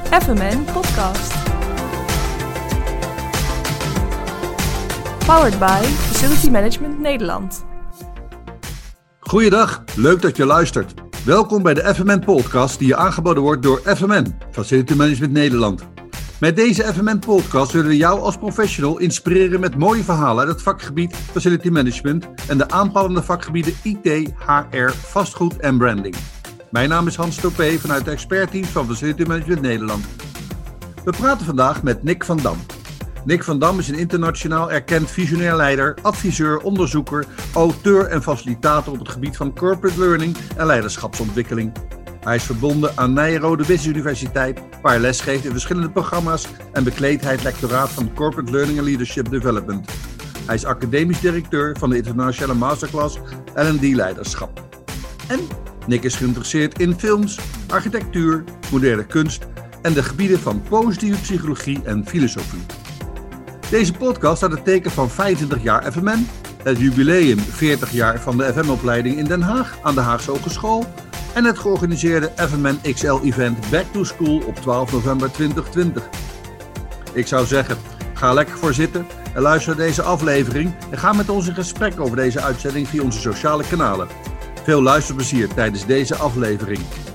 FMN Podcast. Powered by Facility Management Nederland. Goeiedag, leuk dat je luistert. Welkom bij de FMN Podcast die je aangeboden wordt door FMN, Facility Management Nederland. Met deze FMN Podcast willen we jou als professional inspireren met mooie verhalen uit het vakgebied Facility Management en de aanpalende vakgebieden IT, HR, vastgoed en branding. Mijn naam is Hans Topé vanuit de expertteam van Facility Management Nederland. We praten vandaag met Nick van Dam. Nick van Dam is een internationaal erkend visionair leider, adviseur, onderzoeker, auteur en facilitator op het gebied van corporate learning en leiderschapsontwikkeling. Hij is verbonden aan Nijrode Business Universiteit, waar hij lesgeeft in verschillende programma's en bekleedt hij het lectoraat van Corporate Learning and Leadership Development. Hij is academisch directeur van de internationale masterclass L&D Leiderschap. En Nick is geïnteresseerd in films, architectuur, moderne kunst en de gebieden van positieve psychologie en filosofie. Deze podcast staat het teken van 25 jaar FMN, het jubileum 40 jaar van de FM-opleiding in Den Haag aan de Haagse Hogeschool en het georganiseerde FMN XL-event Back to School op 12 november 2020. Ik zou zeggen, ga lekker voor zitten en luister naar deze aflevering en ga met ons in gesprek over deze uitzending via onze sociale kanalen. Veel luisterplezier tijdens deze aflevering.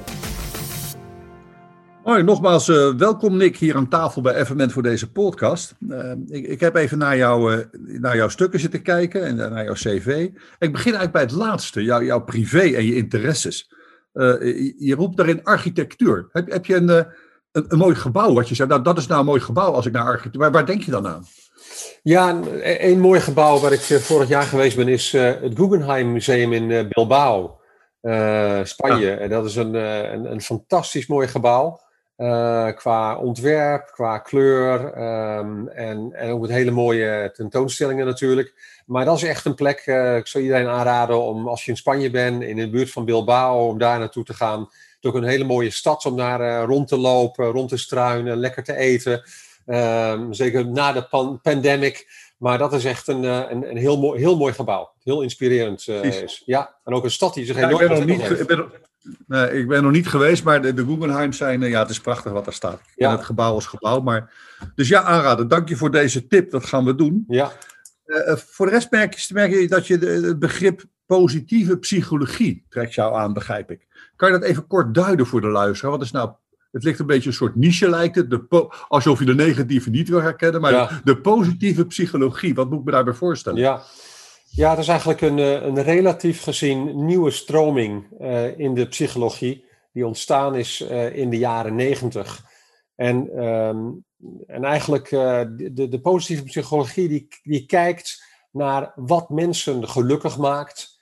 Hoi, nogmaals welkom Nick hier aan tafel bij FMN voor deze podcast. Ik heb even naar jouw stukken zitten kijken en naar jouw cv. Ik begin eigenlijk bij het laatste, jouw privé en je interesses. Je roept daarin architectuur. Heb je een mooi gebouw wat je zegt, nou dat is nou een mooi gebouw als ik naar architectuur... Waar denk je dan aan? Ja, een mooi gebouw waar ik vorig jaar geweest ben is het Guggenheim Museum in Bilbao, Spanje. Ja. En dat is een fantastisch mooi gebouw. Qua ontwerp, qua kleur en ook met hele mooie tentoonstellingen natuurlijk. Maar dat is echt een plek, ik zou iedereen aanraden om als je in Spanje bent, in de buurt van Bilbao, om daar naartoe te gaan. Het is ook een hele mooie stad om daar rond te lopen, rond te struinen, lekker te eten. Zeker na de pandemic. Maar dat is echt een heel mooi gebouw. Heel inspirerend is. Ja, en ook een stad die zich enorm ontwikkeld heeft. Ik ben nog niet geweest, maar de Guggenheim zijn... het is prachtig wat daar staat. Ja. En het gebouw als gebouw. Maar, dus ja, aanraden. Dank je voor deze tip. Dat gaan we doen. Ja. Voor de rest merk je dat je het begrip positieve psychologie trekt jou aan, begrijp ik. Kan je dat even kort duiden voor de luisteraar? Wat is nou... Het ligt een beetje een soort niche, lijkt het. Alsof je de negatieve niet wil herkennen. Maar de positieve psychologie, wat moet ik me daarbij voorstellen? Ja, het is eigenlijk een relatief gezien nieuwe stroming in de psychologie. Die ontstaan is in de jaren 90. En eigenlijk de positieve psychologie die kijkt naar wat mensen gelukkig maakt.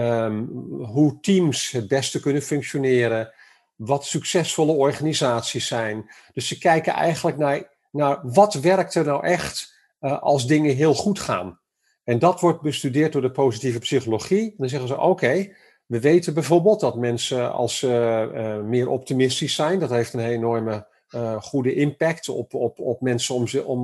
Hoe teams het beste kunnen functioneren. Wat succesvolle organisaties zijn. Dus ze kijken eigenlijk naar wat werkt er nou echt als dingen heel goed gaan. En dat wordt bestudeerd door de positieve psychologie. En dan zeggen ze, oké, we weten bijvoorbeeld dat mensen als meer optimistisch zijn. Dat heeft een enorme goede impact op mensen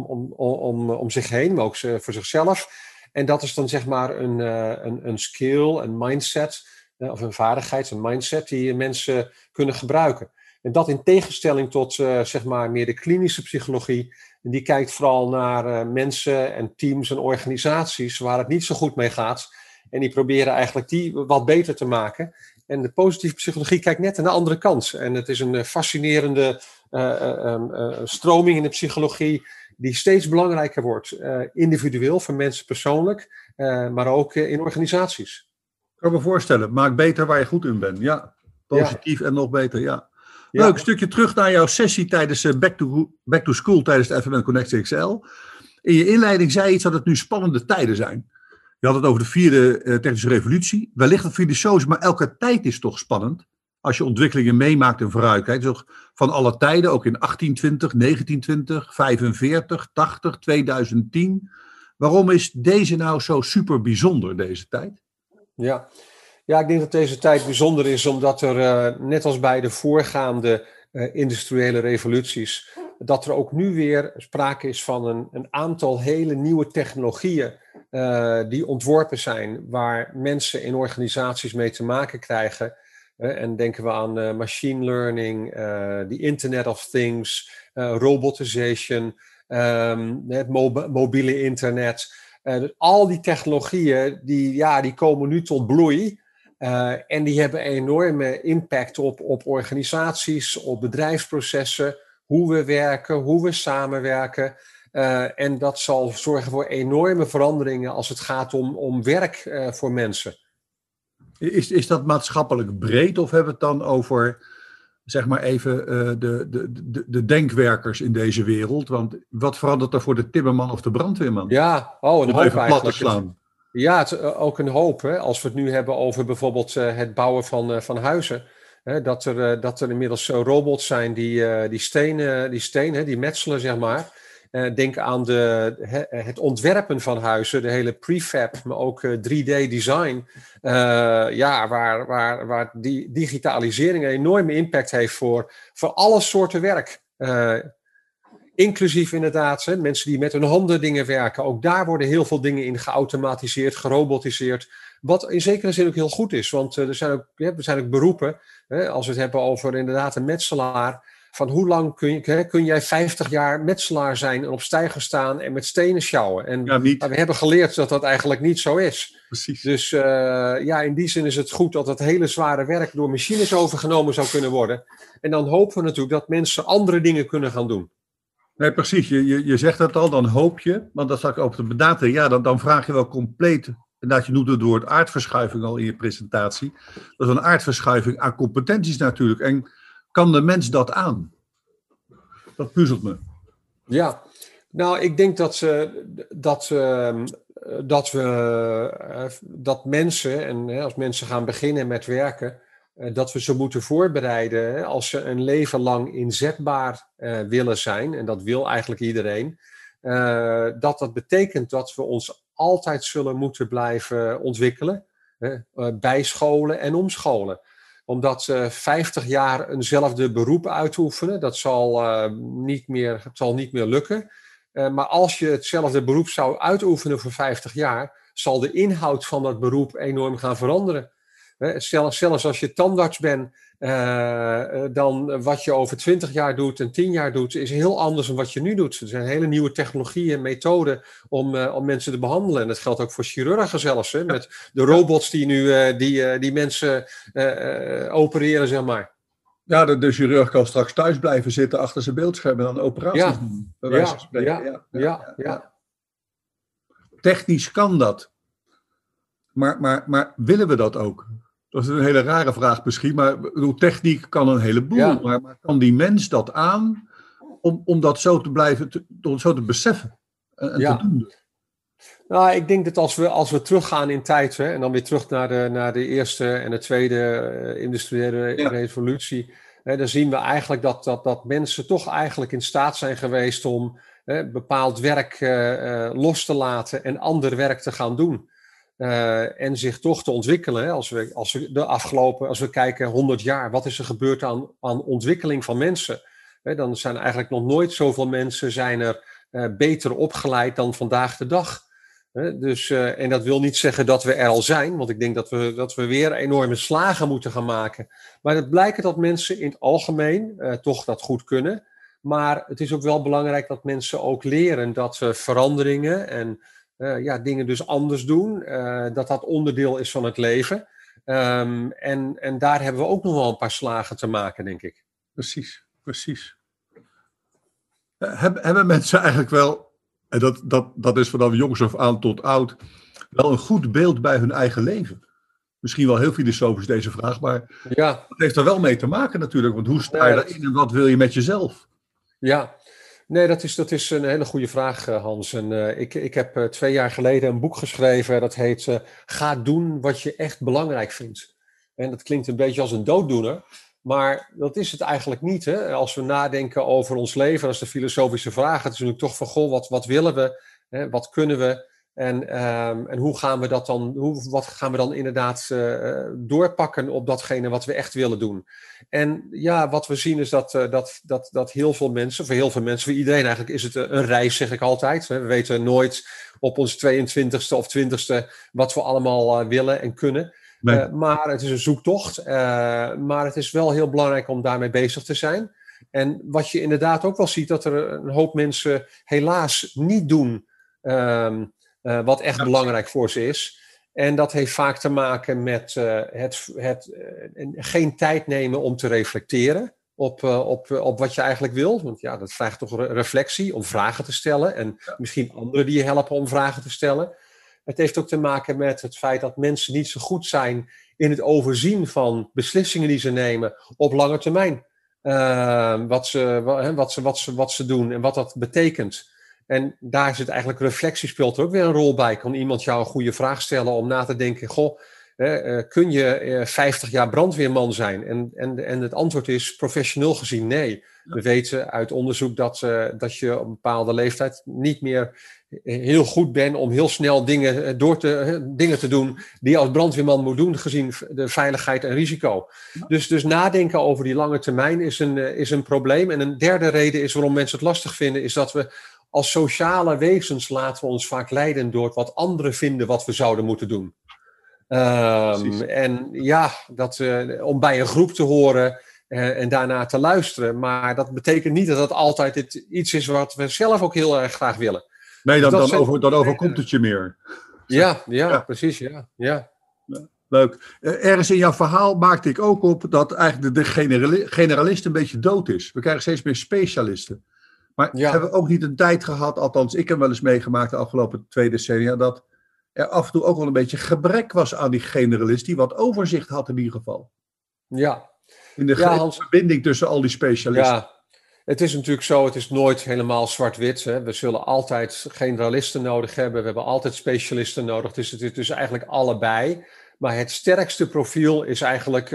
om zich heen, maar ook voor zichzelf. En dat is dan zeg maar een skill, een mindset... of een vaardigheid, een mindset die mensen kunnen gebruiken. En dat in tegenstelling tot zeg maar meer de klinische psychologie. En die kijkt vooral naar mensen en teams en organisaties waar het niet zo goed mee gaat. En die proberen eigenlijk die wat beter te maken. En de positieve psychologie kijkt net aan de andere kant. En het is een fascinerende stroming in de psychologie die steeds belangrijker wordt. Individueel, voor mensen persoonlijk, maar ook in organisaties. Ik kan me voorstellen, maak beter waar je goed in bent. Ja, positief en nog beter, ja. Leuk, een stukje terug naar jouw sessie tijdens Back to School tijdens de FMN Connect XL. In je inleiding zei je iets dat het nu spannende tijden zijn. Je had het over de 4e technische revolutie. Wellicht dat filosofisch, maar elke tijd is toch spannend. Als je ontwikkelingen meemaakt en vooruitkijkt. Dus van alle tijden, ook in 1820, 1920, 45, 80, 2010. Waarom is deze nou zo super bijzonder, deze tijd? Ja, ik denk dat deze tijd bijzonder is omdat er, net als bij de voorgaande industriële revoluties, dat er ook nu weer sprake is van een aantal hele nieuwe technologieën die ontworpen zijn, waar mensen in organisaties mee te maken krijgen, En denken we aan machine learning, the Internet of Things, robotization, het mobiele internet. Dus al die technologieën die komen nu tot bloei. En die hebben enorme impact op organisaties, op bedrijfsprocessen, hoe we werken, hoe we samenwerken. En dat zal zorgen voor enorme veranderingen als het gaat om werk voor mensen. Is dat maatschappelijk breed of hebben we het dan over, zeg maar even, de denkwerkers in deze wereld? Want wat verandert er voor de timmerman of de brandweerman? Ja, een hoop even plat te eigenlijk. slaan. Ja, ook een hoop. Hè? Als we het nu hebben over bijvoorbeeld het bouwen van huizen. Hè? Dat er inmiddels robots zijn die stenen, die metselen, zeg maar. Denk aan het ontwerpen van huizen, de hele prefab, maar ook 3D-design. Waar die digitalisering een enorme impact heeft voor alle soorten werk. Inclusief inderdaad mensen die met hun handen dingen werken. Ook daar worden heel veel dingen in geautomatiseerd, gerobotiseerd. Wat in zekere zin ook heel goed is. Want er zijn ook beroepen, als we het hebben over inderdaad een metselaar. Van hoe lang kun jij 50 jaar metselaar zijn en op steiger staan en met stenen sjouwen? En we hebben geleerd dat dat eigenlijk niet zo is. Precies. Dus in die zin is het goed dat het hele zware werk door machines overgenomen zou kunnen worden. En dan hopen we natuurlijk dat mensen andere dingen kunnen gaan doen. Nee, precies. Je zegt dat al, dan hoop je, want dat zag ik op de benadering. Ja, dan vraag je wel compleet. Inderdaad, je noemt het woord aardverschuiving al in je presentatie. Dat is een aardverschuiving aan competenties natuurlijk. En kan de mens dat aan? Dat puzzelt me. Ja, nou, ik denk dat mensen, en als mensen gaan beginnen met werken, dat we ze moeten voorbereiden als ze een leven lang inzetbaar willen zijn. En dat wil eigenlijk iedereen. Dat betekent dat we ons altijd zullen moeten blijven ontwikkelen. Bijscholen en omscholen. Omdat 50 jaar eenzelfde beroep uitoefenen, dat zal niet meer lukken. Maar als je hetzelfde beroep zou uitoefenen voor 50 jaar, zal de inhoud van dat beroep enorm gaan veranderen. Zelfs als je tandarts bent, dan wat je over 20 jaar doet en 10 jaar doet, is heel anders dan wat je nu doet. Er zijn hele nieuwe technologieën en methoden om mensen te behandelen. En dat geldt ook voor chirurgen zelfs, met de robots die nu die mensen opereren, zeg maar. Ja, de chirurg kan straks thuis blijven zitten achter zijn beeldscherm en dan operaties doen. Bij wijze van spreken. Ja. Technisch kan dat. Maar willen we dat ook? Dat is een hele rare vraag misschien, maar techniek kan een heleboel. Ja. Maar kan die mens dat aan om dat zo te blijven, zo te beseffen en te doen? Nou, ik denk dat als we teruggaan in tijd, en dan weer terug naar de eerste en de tweede industriële revolutie, dan zien we eigenlijk dat mensen toch eigenlijk in staat zijn geweest om bepaald werk los te laten en ander werk te gaan doen. En zich toch te ontwikkelen. Als we kijken 100 jaar, wat is er gebeurd aan ontwikkeling van mensen? Dan zijn eigenlijk nog nooit zoveel mensen beter opgeleid dan vandaag de dag. En dat wil niet zeggen dat we er al zijn, want ik denk dat we weer enorme slagen moeten gaan maken. Maar het blijkt dat mensen in het algemeen toch dat goed kunnen. Maar het is ook wel belangrijk dat mensen ook leren dat veranderingen en dingen dus anders doen, dat onderdeel is van het leven. En daar hebben we ook nog wel een paar slagen te maken, denk ik. Precies. Hebben mensen eigenlijk wel, en dat is vanaf jongs af aan tot oud, wel een goed beeld bij hun eigen leven? Misschien wel heel filosofisch deze vraag, maar dat heeft er wel mee te maken natuurlijk. Want hoe sta je daarin en wat wil je met jezelf? Ja. Nee, dat is een hele goede vraag, Hans. En ik heb 2 jaar geleden een boek geschreven. Dat heet Ga doen wat je echt belangrijk vindt. En dat klinkt een beetje als een dooddoener. Maar dat is het eigenlijk niet. Hè? Als we nadenken over ons leven, dat is de filosofische vraag. Het is natuurlijk toch van, goh, wat willen we? Wat kunnen we? En hoe gaan we dat dan? Wat gaan we dan inderdaad doorpakken op datgene wat we echt willen doen? En wat we zien is dat heel veel mensen, voor iedereen eigenlijk, is het een reis, zeg ik altijd. We weten nooit op ons 22e of 20e wat we allemaal willen en kunnen. Nee. Maar het is een zoektocht. Maar het is wel heel belangrijk om daarmee bezig te zijn. En wat je inderdaad ook wel ziet, dat er een hoop mensen helaas niet doen wat echt belangrijk voor ze is. En dat heeft vaak te maken met geen tijd nemen om te reflecteren op wat je eigenlijk wil. Want ja, dat vraagt toch reflectie om vragen te stellen. En misschien anderen die je helpen om vragen te stellen. Het heeft ook te maken met het feit dat mensen niet zo goed zijn in het overzien van beslissingen die ze nemen op lange termijn. Wat ze doen en wat dat betekent. En daar zit eigenlijk reflectie speelt er ook weer een rol bij. Kan iemand jou een goede vraag stellen om na te denken, kun je 50 jaar brandweerman zijn? En het antwoord is professioneel gezien nee. We weten uit onderzoek dat je op een bepaalde leeftijd niet meer heel goed bent om heel snel dingen te doen die je als brandweerman moet doen, gezien de veiligheid en risico. Dus nadenken over die lange termijn is een probleem. En een derde reden is waarom mensen het lastig vinden, is dat we als sociale wezens laten we ons vaak leiden door wat anderen vinden wat we zouden moeten doen. En ja, om bij een groep te horen en daarna te luisteren. Maar dat betekent niet dat dat altijd iets is wat we zelf ook heel erg graag willen. Nee, dan overkomt het je meer. Ja, precies. Ja. Leuk. Ergens in jouw verhaal maakte ik ook op dat eigenlijk de generalist een beetje dood is. We krijgen steeds meer specialisten. Maar hebben we ook niet een tijd gehad, althans ik heb wel eens meegemaakt de afgelopen 2 decennia, dat er af en toe ook wel een beetje gebrek was aan die generalist die wat overzicht had in ieder geval. Ja. In de verbinding tussen al die specialisten. Ja, het is natuurlijk zo, het is nooit helemaal zwart-wit. Hè. We zullen altijd generalisten nodig hebben, we hebben altijd specialisten nodig. Dus het is dus eigenlijk allebei. Maar het sterkste profiel is eigenlijk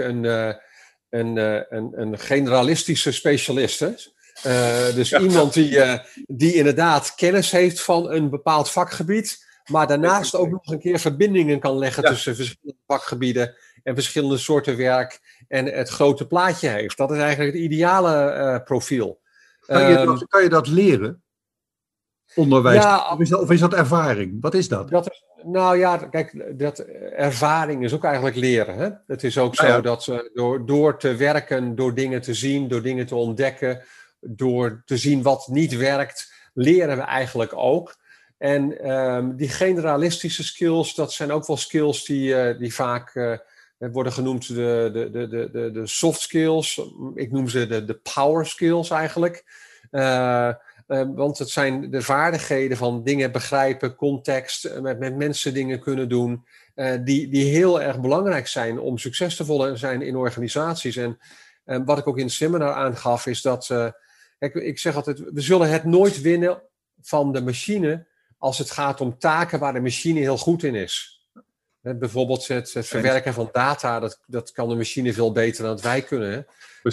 een generalistische specialist. Hè. Dus iemand die inderdaad kennis heeft van een bepaald vakgebied, maar daarnaast ook nog een keer verbindingen kan leggen tussen verschillende vakgebieden en verschillende soorten werk en het grote plaatje heeft. Dat is eigenlijk het ideale profiel. Kan je dat leren? Onderwijs? Ja, of is dat ervaring? Wat is dat? Kijk, ervaring is ook eigenlijk leren. Hè? Het is ook zo dat door te werken, door dingen te zien, door dingen te ontdekken, door te zien wat niet werkt, leren we eigenlijk ook. En die generalistische skills, dat zijn ook wel skills die vaak worden genoemd de soft skills. Ik noem ze de power skills eigenlijk. Want het zijn de vaardigheden van dingen begrijpen, context, met mensen dingen kunnen doen, die heel erg belangrijk zijn om succesvol te zijn in organisaties. En wat ik ook in het seminar aangaf is dat, ik zeg altijd, we zullen het nooit winnen van de machine als het gaat om taken waar de machine heel goed in is. Bijvoorbeeld het verwerken van data, dat kan de machine veel beter dan wij kunnen.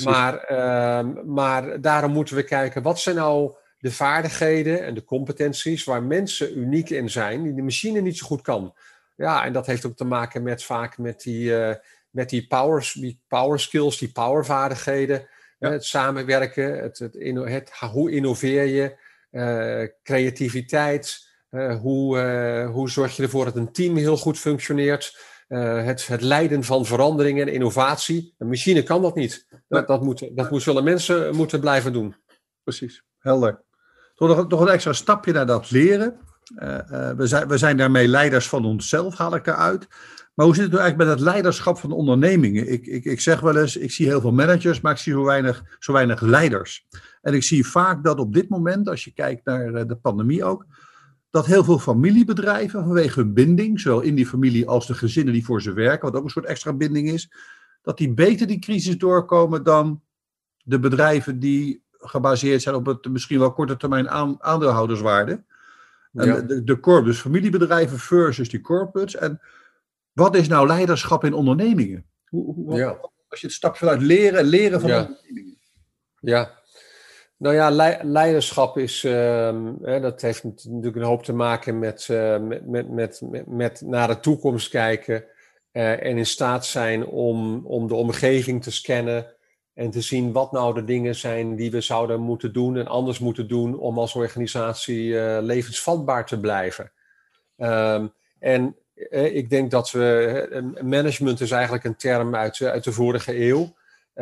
Maar daarom moeten we kijken, wat zijn nou de vaardigheden en de competenties waar mensen uniek in zijn, die de machine niet zo goed kan. Ja, en dat heeft ook te maken vaak met die power skills, die powervaardigheden. Ja. Het samenwerken, hoe innoveer je, creativiteit, hoe zorg je ervoor dat een team heel goed functioneert, het leiden van veranderingen en innovatie. Een machine kan dat niet. Dat zullen mensen moeten blijven doen. Precies, helder. Toch een extra stapje naar dat leren. We zijn daarmee leiders van onszelf, haal ik eruit. Maar hoe zit het nu eigenlijk met het leiderschap van ondernemingen? Ik zeg wel eens, ik zie heel veel managers, maar ik zie zo weinig leiders. En ik zie vaak dat op dit moment, als je kijkt naar de pandemie ook, dat heel veel familiebedrijven vanwege hun binding, zowel in die familie als de gezinnen die voor ze werken, wat ook een soort extra binding is, dat die beter die crisis doorkomen dan de bedrijven die gebaseerd zijn op het misschien wel korte termijn aandeelhouderswaarde. En dus familiebedrijven versus die corporates. En wat is nou leiderschap in ondernemingen? Als je het stap vanuit leren van ondernemingen. Ja. Nou ja, leiderschap is, dat heeft natuurlijk een hoop te maken met naar de toekomst kijken en in staat zijn om de omgeving te scannen en te zien wat nou de dingen zijn die we zouden moeten doen en anders moeten doen om als organisatie levensvatbaar te blijven. En Ik denk dat management is eigenlijk een term uit de vorige eeuw.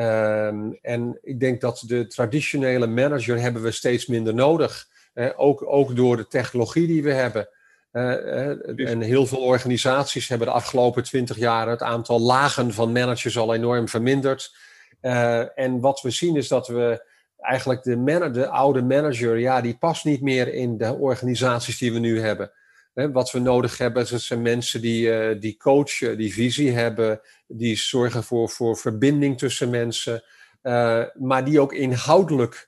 En ik denk dat de traditionele manager hebben we steeds minder nodig. Ook door de technologie die we hebben. En heel veel organisaties hebben de afgelopen 20 jaar het aantal lagen van managers al enorm verminderd. En wat we zien is dat we eigenlijk de oude manager, die past niet meer in de organisaties die we nu hebben. Wat we nodig hebben, dat zijn mensen die coachen, die visie hebben, die zorgen voor verbinding tussen mensen, maar die ook inhoudelijk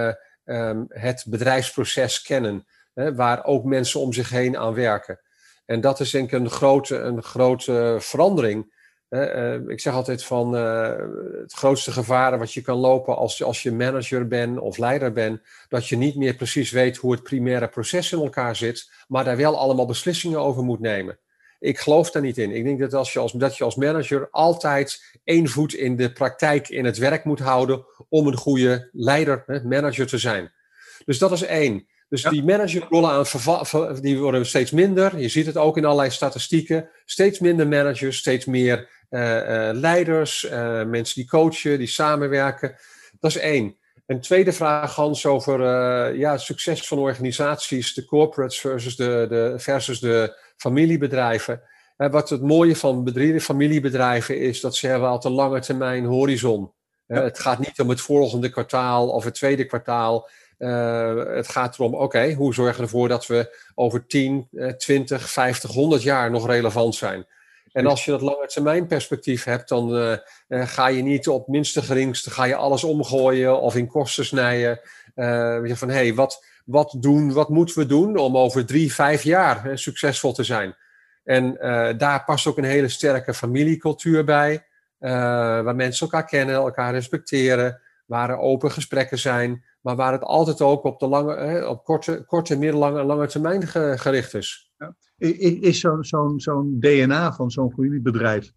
het bedrijfsproces kennen, waar ook mensen om zich heen aan werken. En dat is denk ik een grote verandering. Ik zeg altijd van het grootste gevaar wat je kan lopen als je manager bent of leider bent, dat je niet meer precies weet hoe het primaire proces in elkaar zit, maar daar wel allemaal beslissingen over moet nemen. Ik geloof daar niet in. Ik denk dat je als manager altijd 1 voet in de praktijk, in het werk moet houden om een goede leider, manager te zijn. Dus dat is 1. Dus die managerrollen die worden steeds minder. Je ziet het ook in allerlei statistieken. Steeds minder managers, steeds meer leiders, mensen die coachen, die samenwerken. Dat is 1. Een tweede vraag, Hans, over succes van organisaties, de corporates versus de familiebedrijven. Wat het mooie van familiebedrijven is dat ze hebben altijd een lange termijn horizon. Het gaat niet om het volgende kwartaal of het tweede kwartaal. Het gaat erom, hoe zorgen we ervoor dat we over 10, 20, 50, 100 jaar nog relevant zijn. En als je dat lange termijn perspectief hebt, dan ga je niet op minste geringste, ga je alles omgooien of in kosten snijden. Van wat moeten we doen om over 3, 5 jaar succesvol te zijn? En daar past ook een hele sterke familiecultuur bij, waar mensen elkaar kennen, elkaar respecteren, waar er open gesprekken zijn, maar waar het altijd ook op korte, middellange en lange termijn gericht is. Ja. Is zo'n DNA van zo'n familiebedrijf,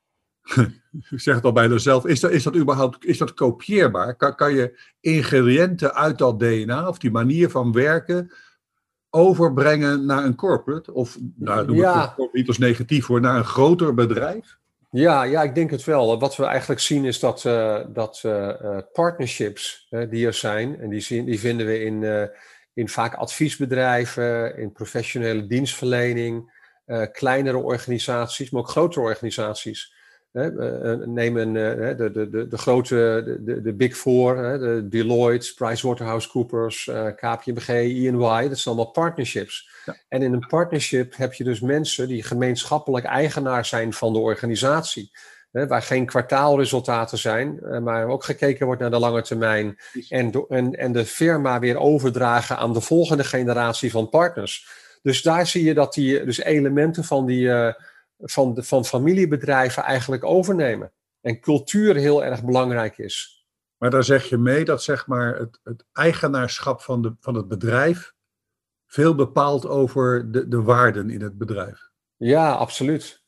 ik zeg het al bijna zelf, is dat kopieerbaar? Kan je ingrediënten uit dat DNA of die manier van werken overbrengen naar een corporate? Of, noem het niet als negatief hoor, naar een groter bedrijf? Ja, ik denk het wel. Wat we eigenlijk zien is dat partnerships die er zijn, en die vinden we in vaak adviesbedrijven, in professionele dienstverlening, kleinere organisaties, maar ook grotere organisaties. Neem de grote, de Big Four, de Deloitte, PricewaterhouseCoopers, KPMG, EY, dat zijn allemaal partnerships. Ja. En in een partnership heb je dus mensen die gemeenschappelijk eigenaar zijn van de organisatie. Waar geen kwartaalresultaten zijn, maar ook gekeken wordt naar de lange termijn. En de firma weer overdragen aan de volgende generatie van partners. Dus daar zie je dat die dus elementen van familiebedrijven eigenlijk overnemen. En cultuur heel erg belangrijk is. Maar daar zeg je mee dat zeg maar het eigenaarschap van het bedrijf veel bepaalt over de waarden in het bedrijf. Ja, absoluut.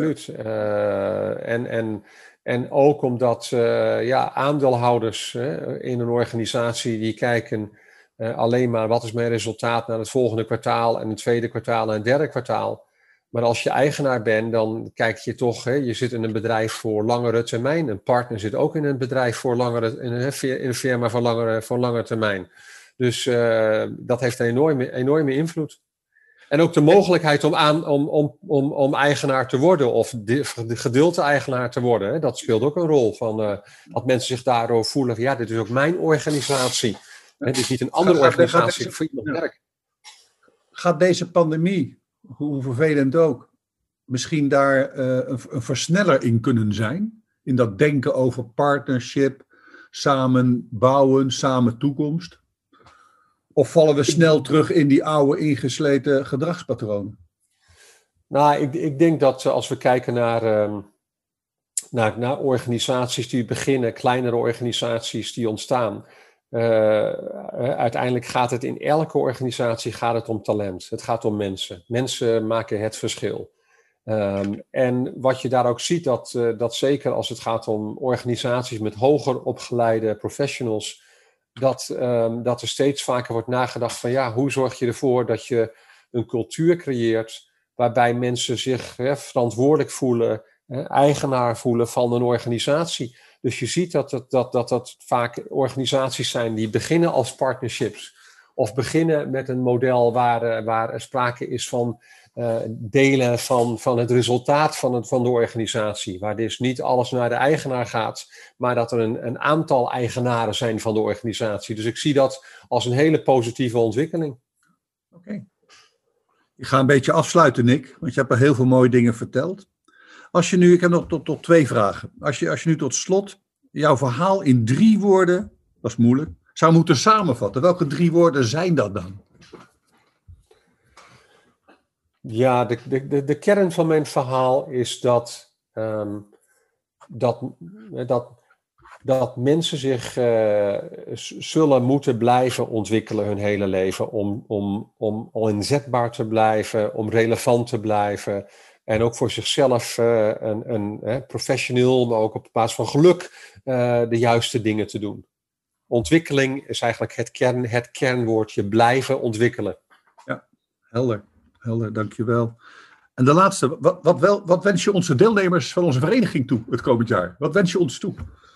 En ook omdat aandeelhouders in een organisatie die kijken alleen maar wat is mijn resultaat naar het volgende kwartaal en het tweede kwartaal en het derde kwartaal. Maar als je eigenaar bent, dan kijk je toch, je zit in een bedrijf voor langere termijn. Een partner zit ook in een bedrijf in een firma voor langere termijn. Dus dat heeft een enorme invloed. En ook de mogelijkheid om eigenaar te worden of de gedeelte-eigenaar te worden. Dat speelt ook een rol. Dat mensen zich daardoor voelen van dit is ook mijn organisatie. Dit is niet een andere organisatie voor iemand werk. Gaat deze pandemie, hoe vervelend ook, misschien daar een versneller in kunnen zijn? In dat denken over partnership, samen bouwen, samen toekomst? Of vallen we snel terug in die oude ingesleten gedragspatronen? Nou, ik denk dat als we kijken naar organisaties die beginnen, kleinere organisaties die ontstaan. Uiteindelijk gaat het in elke organisatie om talent. Het gaat om mensen. Mensen maken het verschil. En wat je daar ook ziet, dat zeker als het gaat om organisaties met hoger opgeleide professionals, dat er steeds vaker wordt nagedacht van hoe zorg je ervoor dat je een cultuur creëert waarbij mensen zich verantwoordelijk voelen, eigenaar voelen van een organisatie. Dus je ziet dat vaak organisaties zijn die beginnen als partnerships of beginnen met een model waar er sprake is van delen van het resultaat van de organisatie. Waar dus niet alles naar de eigenaar gaat, maar dat er een aantal eigenaren zijn van de organisatie. Dus ik zie dat als een hele positieve ontwikkeling. Oké. Ik ga een beetje afsluiten, Nick, want je hebt al heel veel mooie dingen verteld. Ik heb nog tot 2 vragen. Als je nu tot slot jouw verhaal in 3 woorden, dat is moeilijk, zou moeten samenvatten. Welke 3 woorden zijn dat dan? Ja, de kern van mijn verhaal is dat mensen zich zullen moeten blijven ontwikkelen hun hele leven om inzetbaar te blijven, om relevant te blijven en ook voor zichzelf professioneel, maar ook op basis van geluk de juiste dingen te doen. Ontwikkeling is eigenlijk het kernwoordje, blijven ontwikkelen. Ja, helder, dankjewel. En de laatste, wat wens je onze deelnemers van onze vereniging toe het komend jaar? Wat wens je ons toe?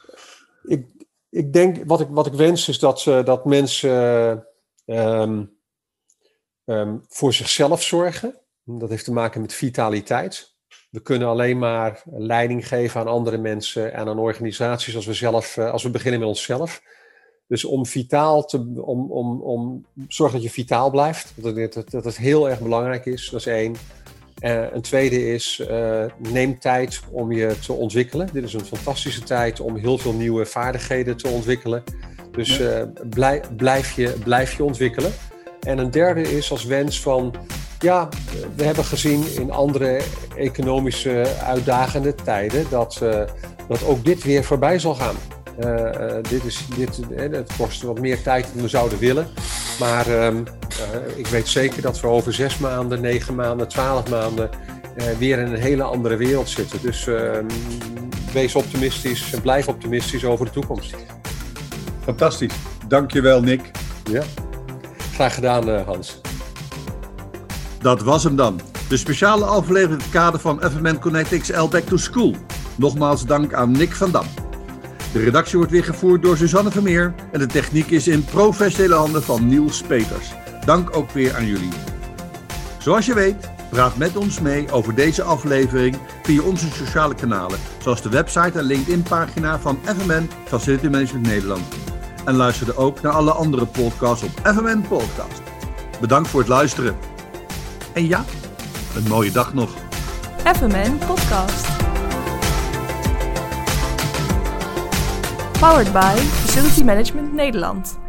Ik denk, wat ik wens is dat mensen voor zichzelf zorgen. Dat heeft te maken met vitaliteit. We kunnen alleen maar leiding geven aan andere mensen en aan organisaties als we beginnen met onszelf. Dus om zorg dat je vitaal blijft. Dat het heel erg belangrijk is. Dat is 1. Een tweede is, neem tijd om je te ontwikkelen. Dit is een fantastische tijd om heel veel nieuwe vaardigheden te ontwikkelen. Dus blijf je ontwikkelen. En een derde is als wens van, we hebben gezien in andere economische uitdagende tijden dat ook dit weer voorbij zal gaan. Het kost wat meer tijd dan we zouden willen. Maar ik weet zeker dat we over 6 maanden, 9 maanden, 12 maanden weer in een hele andere wereld zitten. Dus wees optimistisch en blijf optimistisch over de toekomst. Fantastisch. Dankjewel, Nick. Ja, graag gedaan, Hans. Dat was hem dan. De speciale aflevering in het kader van FMN Connect XL Back to School. Nogmaals dank aan Nick van Dam. De redactie wordt weer gevoerd door Suzanne Vermeer en de techniek is in professionele handen van Niels Peters. Dank ook weer aan jullie. Zoals je weet, praat met ons mee over deze aflevering via onze sociale kanalen, zoals de website en LinkedIn-pagina van FMN Facility Management Nederland. En luister ook naar alle andere podcasts op FMN Podcast. Bedankt voor het luisteren. En ja, een mooie dag nog. FMN Podcast. Powered by Facility Management Nederland.